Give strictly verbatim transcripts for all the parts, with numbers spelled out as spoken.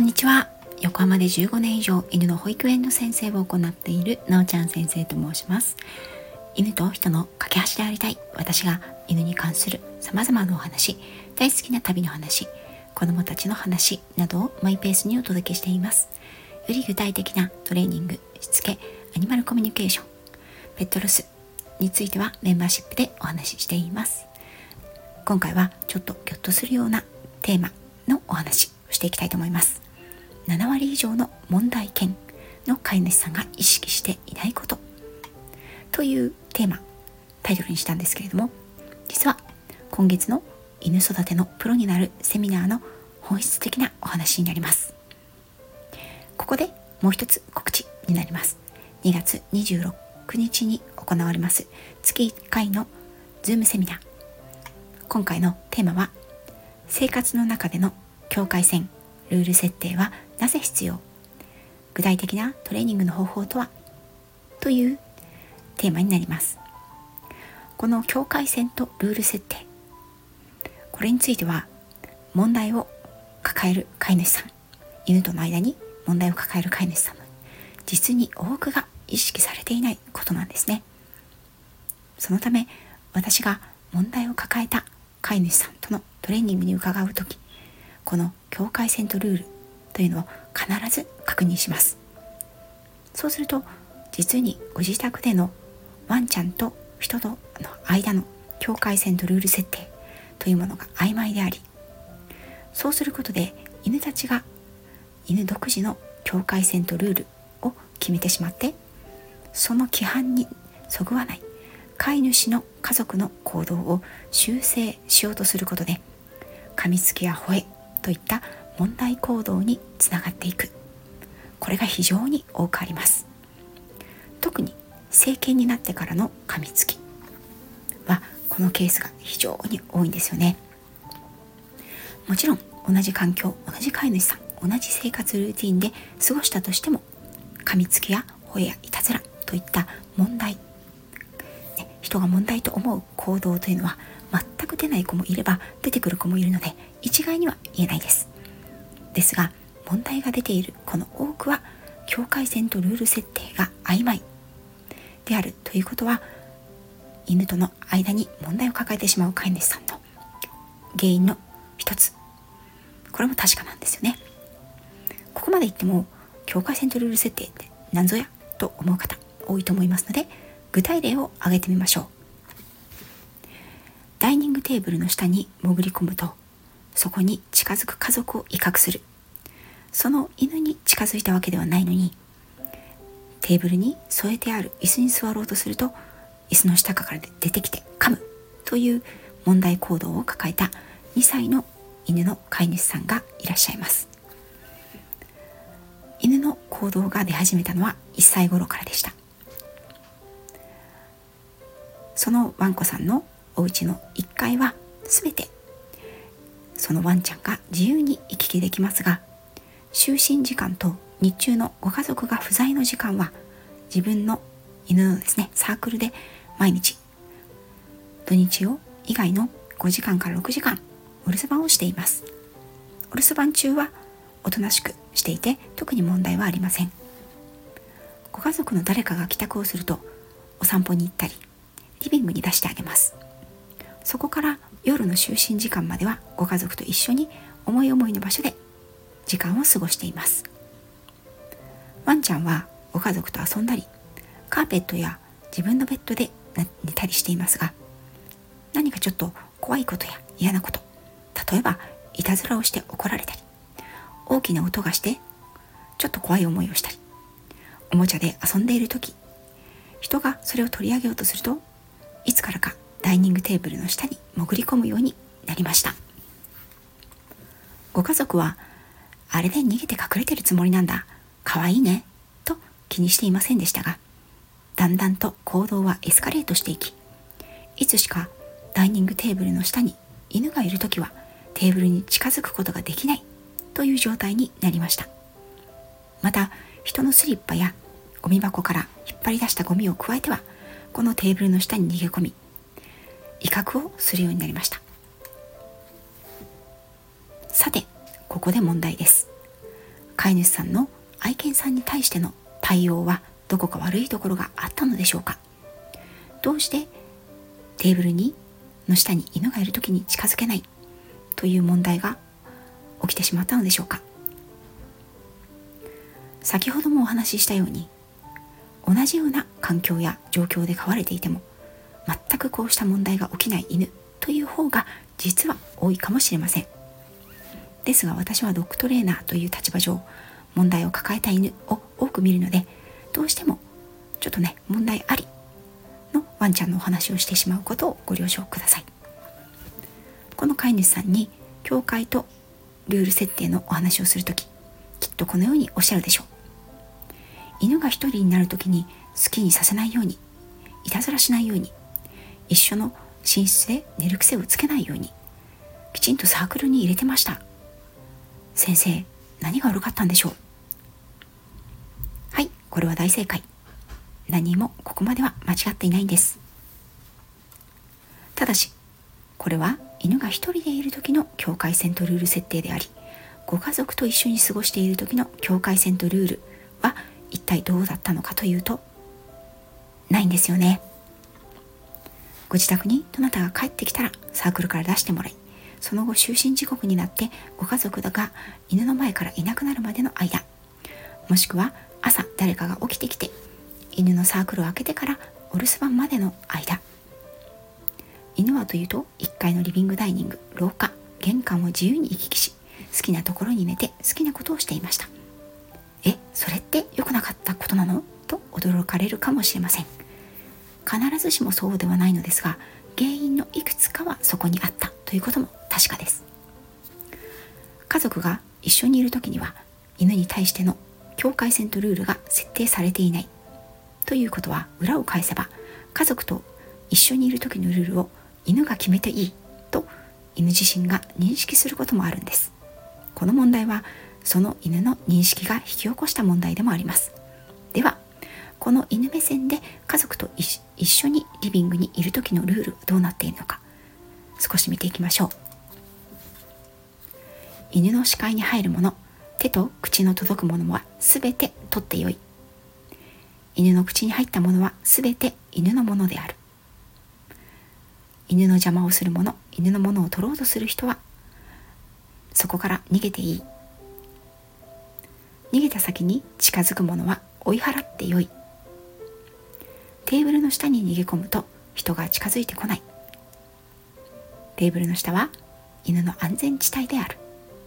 にちは。横浜でじゅうごねん以上犬の保育園の先生を行っているなおちゃん先生と申します。犬と人の架け橋でありたい私が犬に関する様々なお話、大好きな旅の話、子供たちの話などをマイペースにお届けしています。より具体的なトレーニング、しつけ、アニマルコミュニケーション、ペットロスについてはメンバーシップでお話ししています。今回はちょっとギョッとするようなテーマのお話をしていきたいと思います。ななわり以上の問題犬の飼い主さんが意識していないことというテーマ、タイトルにしたんですけれども、実は今月の犬育てのプロになるセミナーの本質的なお話になります。ここでもう一つ告知になります。にがつにじゅうろくにちに行われます月いっかいのズームセミナー。今回のテーマは、生活の中での境界線、ルール設定はなぜ必要？具体的なトレーニングの方法とは？というテーマになります。この境界線とルール設定、これについては問題を抱える飼い主さん、犬との間に問題を抱える飼い主さんの実に多くが意識されていないことなんですね。そのため私が問題を抱えた飼い主さんとのトレーニングに伺うとき、この境界線とルールというのを必ず確認します。そうすると実にご自宅でのワンちゃんと人との間の境界線とルール設定というものが曖昧であり、そうすることで犬たちが犬独自の境界線とルールを決めてしまって、その規範にそぐわない飼い主の家族の行動を修正しようとすることで、噛みつきや吠えといった問題行動につながっていく。これが非常に多くあります。特に成犬になってからの噛みつきはこのケースが非常に多いんですよね。もちろん同じ環境、同じ飼い主さん、同じ生活ルーティンで過ごしたとしても、噛みつきや吠えやいたずらといった問題、ね、人が問題と思う行動というのは全く出ない子もいれば出てくる子もいるので、一概には言えないです。ですが問題が出ている子の多くは境界線とルール設定が曖昧であるということは、犬との間に問題を抱えてしまう飼い主さんの原因の一つ、これも確かなんですよね。ここまで言っても境界線とルール設定って何ぞやと思う方多いと思いますので、具体例を挙げてみましょう。ダイニングテーブルの下に潜り込むと、そこに近づく家族を威嚇する。その犬に近づいたわけではないのに、テーブルに添えてある椅子に座ろうとすると、椅子の下から出てきて噛むという問題行動を抱えたにさいの犬の飼い主さんがいらっしゃいます。犬の行動が出始めたのはいっさい頃からでした。そのワンコさんのお家のいっかいはすべてそのワンちゃんが自由に行き来できますが、就寝時間と日中のご家族が不在の時間は自分の犬のですねサークルで毎日土日を以外のごじかんからろくじかんお留守番をしています。お留守番中はおとなしくしていて特に問題はありません。ご家族の誰かが帰宅をするとお散歩に行ったりリビングに出してあげます。そこから夜の就寝時間まではご家族と一緒に思い思いの場所で時間を過ごしています。ワンちゃんはご家族と遊んだり、カーペットや自分のベッドで寝たりしていますが、何かちょっと怖いことや嫌なこと、例えばいたずらをして怒られたり、大きな音がしてちょっと怖い思いをしたり、おもちゃで遊んでいる時、人がそれを取り上げようとすると、いつからかダイニングテーブルの下に潜り込むようになりました。ご家族はあれで逃げて隠れてるつもりなんだ、かわいいねと気にしていませんでしたが、だんだんと行動はエスカレートしていき、いつしかダイニングテーブルの下に犬がいるときはテーブルに近づくことができないという状態になりました。また人のスリッパやゴミ箱から引っ張り出したゴミを加えてはこのテーブルの下に逃げ込み威嚇をするようになりました。さてここで問題です。 飼い主さんの愛犬さんに対しての対応はどこか悪いところがあったのでしょうか。どうしてテーブルにの下に犬がいるときに近づけないという問題が起きてしまったのでしょうか。先ほどもお話ししたように、同じような環境や状況で飼われていても全くこうした問題が起きない犬という方が実は多いかもしれません。ですが私はドッグトレーナーという立場上、問題を抱えた犬を多く見るので、どうしてもちょっとね問題ありのワンちゃんのお話をしてしまうことをご了承ください。この飼い主さんに境界とルール設定のお話をするとき、きっとこのようにおっしゃるでしょう。犬が一人になるときに好きにさせないように、いたずらしないように、一緒の寝室で寝る癖をつけないように、きちんとサークルに入れてました。先生、何が悪かったんでしょう。はい、これは大正解。何もここまでは間違っていないんです。ただし、これは犬が一人でいる時の境界線とルール設定であり、ご家族と一緒に過ごしている時の境界線とルールは一体どうだったのかというと、ないんですよね。ご自宅にどなたが帰ってきたらサークルから出してもらい、その後就寝時刻になってご家族が犬の前からいなくなるまでの間、もしくは朝誰かが起きてきて犬のサークルを開けてからお留守番までの間、犬はというといっかいのリビングダイニング、廊下、玄関を自由に行き来し、好きなところに寝て好きなことをしていました。え、それって良くなかったことなのと驚かれるかもしれません。必ずしもそうではないのですが、原因のいくつかはそこにあったということも確かです。家族が一緒にいるときには犬に対しての境界線とルールが設定されていないということは、裏を返せば家族と一緒にいるときのルールを犬が決めていいと犬自身が認識することもあるんです。この問題はその犬の認識が引き起こした問題でもあります。ではこの犬目線で家族と一緒にリビングにいる時のルールはどうなっているのか、少し見ていきましょう。犬の視界に入るもの、手と口の届くものはすべて取ってよい。犬の口に入ったものはすべて犬のものである。犬の邪魔をするもの、犬のものを取ろうとする人はそこから逃げていい。逃げた先に近づくものは追い払ってよい。テーブルの下に逃げ込むと人が近づいてこない。テーブルの下は犬の安全地帯である。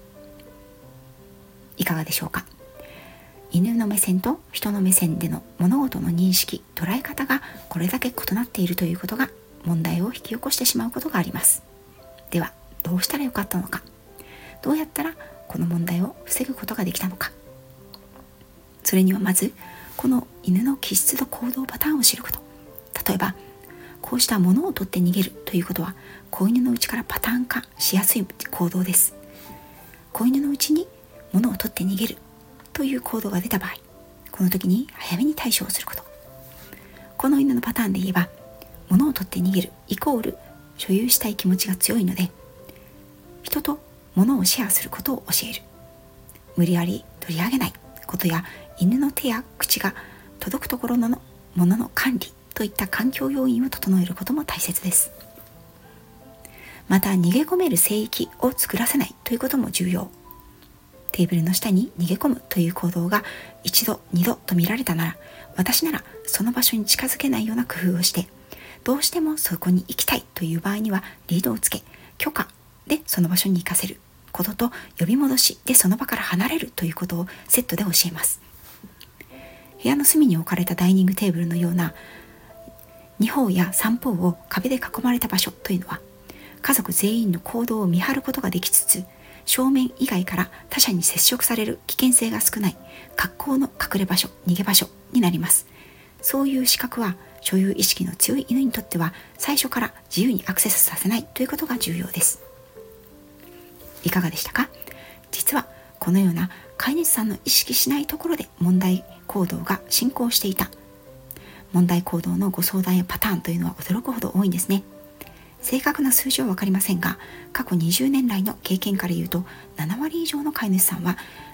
いかがでしょうか。犬の目線と人の目線での物事の認識、捉え方がこれだけ異なっているということが問題を引き起こしてしまうことがあります。ではどうしたらよかったのか、どうやったらこの問題を防ぐことができたのか。それにはまずこの犬の気質と行動パターンを知ること。例えばこうした物を取って逃げるということは子犬のうちからパターン化しやすい行動です。子犬のうちに物を取って逃げるという行動が出た場合、この時に早めに対処をすること。この犬のパターンで言えば、物を取って逃げるイコール所有したい気持ちが強いので、人と物をシェアすることを教える。無理やり取り上げないことや、犬の手や口が届くところのものの管理といった環境要因を整えることも大切です。また逃げ込める聖域を作らせないということも重要。テーブルの下に逃げ込むという行動が一度二度と見られたなら、私ならその場所に近づけないような工夫をして、どうしてもそこに行きたいという場合にはリードをつけ、許可でその場所に行かせることと、呼び戻しでその場から離れるということをセットで教えます。部屋の隅に置かれたダイニングテーブルのようなに方やさん方を壁で囲まれた場所というのは、家族全員の行動を見張ることができつつ、正面以外から他者に接触される危険性が少ない格好の隠れ場所、逃げ場所になります。そういう資格は所有意識の強い犬にとっては最初から自由にアクセスさせないということが重要です。いかがでしたか。実はこのような飼い主さんの意識しないところで問題行動が進行していた、問題行動のご相談やパターンというのは驚くほど多いんですね。正確な数字は分かりませんが、過去にじゅうねん来の経験から言うとなな割以上の飼い主さんは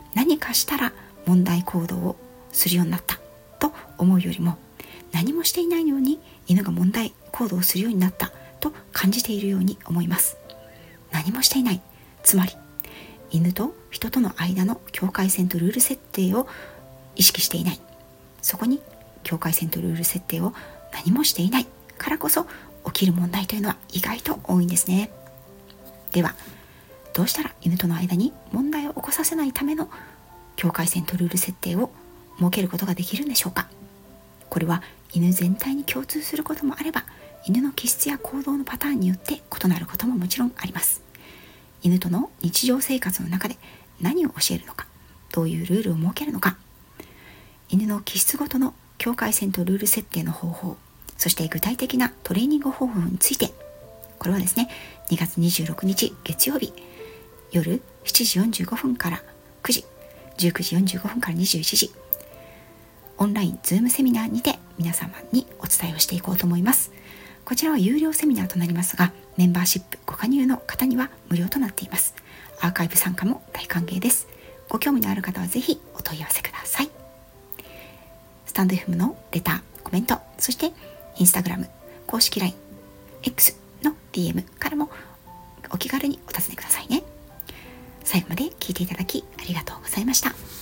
何かしたら問題行動をするようになったと思うよりも、何もしていないのに犬が問題行動をするようになったと感じているように思います。何もしていない、つまり犬と人との間の境界線とルール設定を意識していない、そこに境界線とルール設定を何もしていないからこそ起きる問題というのは意外と多いんですね。ではどうしたら犬との間に問題を起こさせないための境界線とルール設定を設けることができるんでしょうか。これは犬全体に共通することもあれば、犬の気質や行動のパターンによって異なることももちろんあります。犬との日常生活の中で何を教えるのか、どういうルールを設けるのか、犬の気質ごとの境界線とルール設定の方法、そして具体的なトレーニング方法について、これはですね、にがつにじゅうろくにち月曜日夜しちじよんじゅうごふんからくじ、じゅうくじよんじゅうごふんからにじゅういちじ、オンラインズームセミナーにて皆様にお伝えをしていこうと思います。こちらは有料セミナーとなりますが、メンバーシップご加入の方には無料となっています。アーカイブ参加も大歓迎です。ご興味のある方はぜひお問い合わせください。スタンド エフエム のレター、コメント、そしてインスタグラム、公式 ライン、X の ディーエム からもお気軽にお尋ねくださいね。最後まで聞いていただきありがとうございました。